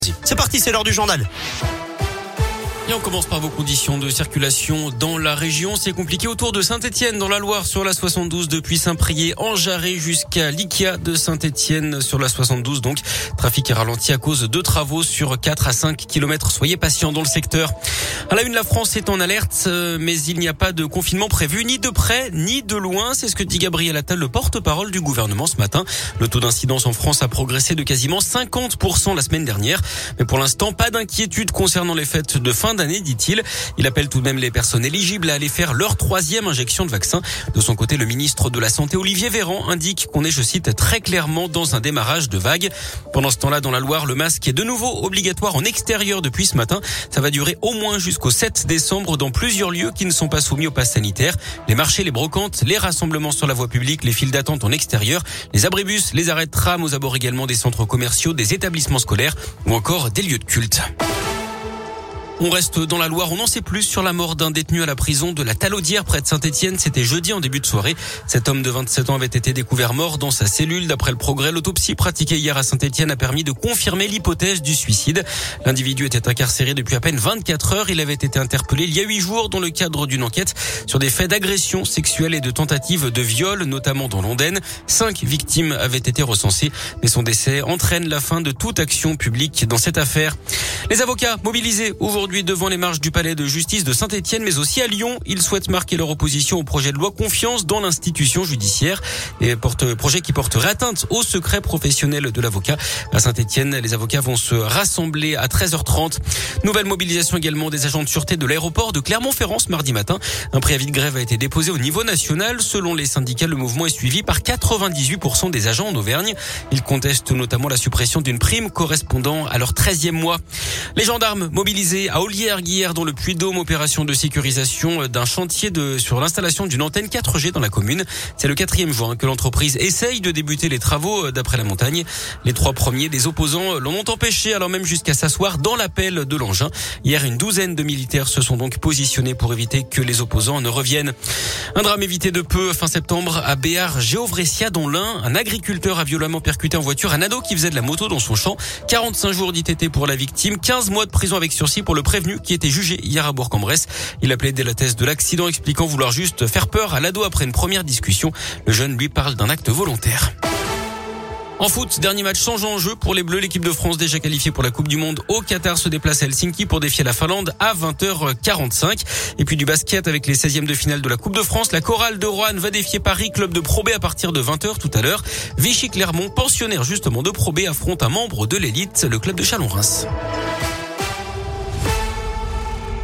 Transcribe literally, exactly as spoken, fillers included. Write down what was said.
C'est parti, c'est l'heure du journal. Et on commence par vos conditions de circulation dans la région. C'est compliqué autour de Saint-Étienne dans la Loire sur la soixante-douze depuis Saint-Priest en Jarret jusqu'à l'Ikea de Saint-Étienne sur la soixante-douze. Donc, trafic est ralenti à cause de travaux sur quatre à cinq kilomètres. Soyez patients dans le secteur. À la une, la France est en alerte, mais il n'y a pas de confinement prévu ni de près ni de loin. C'est ce que dit Gabriel Attal, le porte-parole du gouvernement ce matin. Le taux d'incidence en France a progressé de quasiment cinquante pour cent la semaine dernière. Mais pour l'instant, pas d'inquiétude concernant les fêtes de fin d'année, dit-il. Il appelle tout de même les personnes éligibles à aller faire leur troisième injection de vaccin. De son côté, le ministre de la Santé, Olivier Véran, indique qu'on est, je cite, très clairement dans un démarrage de vague. Pendant ce temps-là, dans la Loire, le masque est de nouveau obligatoire en extérieur depuis ce matin. Ça va durer au moins jusqu'au sept décembre dans plusieurs lieux qui ne sont pas soumis au pass sanitaire. Les marchés, les brocantes, les rassemblements sur la voie publique, les files d'attente en extérieur, les abribus, les arrêts de tram aux abords également des centres commerciaux, des établissements scolaires ou encore des lieux de culte. On reste dans la Loire. On n'en sait plus sur la mort d'un détenu à la prison de la Talaudière près de Saint-Étienne. C'était jeudi en début de soirée. Cet homme de vingt-sept ans avait été découvert mort dans sa cellule. D'après le Progrès, l'autopsie pratiquée hier à Saint-Étienne a permis de confirmer l'hypothèse du suicide. L'individu était incarcéré depuis à peine vingt-quatre heures. Il avait été interpellé il y a huit jours dans le cadre d'une enquête sur des faits d'agression sexuelle et de tentative de viol, notamment dans l'Ondaine. Cinq victimes avaient été recensées, mais son décès entraîne la fin de toute action publique dans cette affaire. Les avocats mobilisés aujourd'hui devant les marches du palais de justice de Saint-Étienne, mais aussi à Lyon. Ils souhaitent marquer leur opposition au projet de loi confiance dans l'institution judiciaire et porte, projet qui porterait atteinte au secret professionnel de l'avocat. À Saint-Étienne, les avocats vont se rassembler à treize heures trente. Nouvelle mobilisation également des agents de sûreté de l'aéroport de Clermont-Ferrand ce mardi matin. Un préavis de grève a été déposé au niveau national. Selon les syndicats, le mouvement est suivi par quatre-vingt-dix-huit pour cent des agents en Auvergne. Ils contestent notamment la suppression d'une prime correspondant à leur treizième mois. Les gendarmes mobilisés à Ollières-Guillère dans le Puy-de-Dôme, opération de sécurisation d'un chantier de, sur l'installation d'une antenne quatre G dans la commune. C'est le quatrième jour que l'entreprise essaye de débuter les travaux d'après la montagne. Les trois premiers des opposants l'en ont empêché, alors même jusqu'à s'asseoir dans l'appel de l'engin. Hier, une douzaine de militaires se sont donc positionnés pour éviter que les opposants ne reviennent. Un drame évité de peu fin septembre à Béar-Géovressia dans l'Ain. Un agriculteur a violemment percuté en voiture un ado qui faisait de la moto dans son champ. quarante-cinq jours d'I T T pour la victime, quinze mois de prison avec sursis pour le prévenu qui était jugé hier à Bourg-en-Bresse. Il a plaidé la thèse de l'accident, expliquant vouloir juste faire peur à l'ado après une première discussion. Le jeune lui parle d'un acte volontaire. En foot, dernier match sans enjeu pour les Bleus. L'équipe de France déjà qualifiée pour la Coupe du Monde au Qatar se déplace à Helsinki pour défier la Finlande à vingt heures quarante-cinq. Et puis du basket avec les seizièmes de finale de la Coupe de France. La chorale de Roanne va défier Paris, club de Pro B à partir de vingt heures tout à l'heure. Vichy Clermont, pensionnaire justement de Pro B, affronte un membre de l'élite, le club de Chalon-Reims.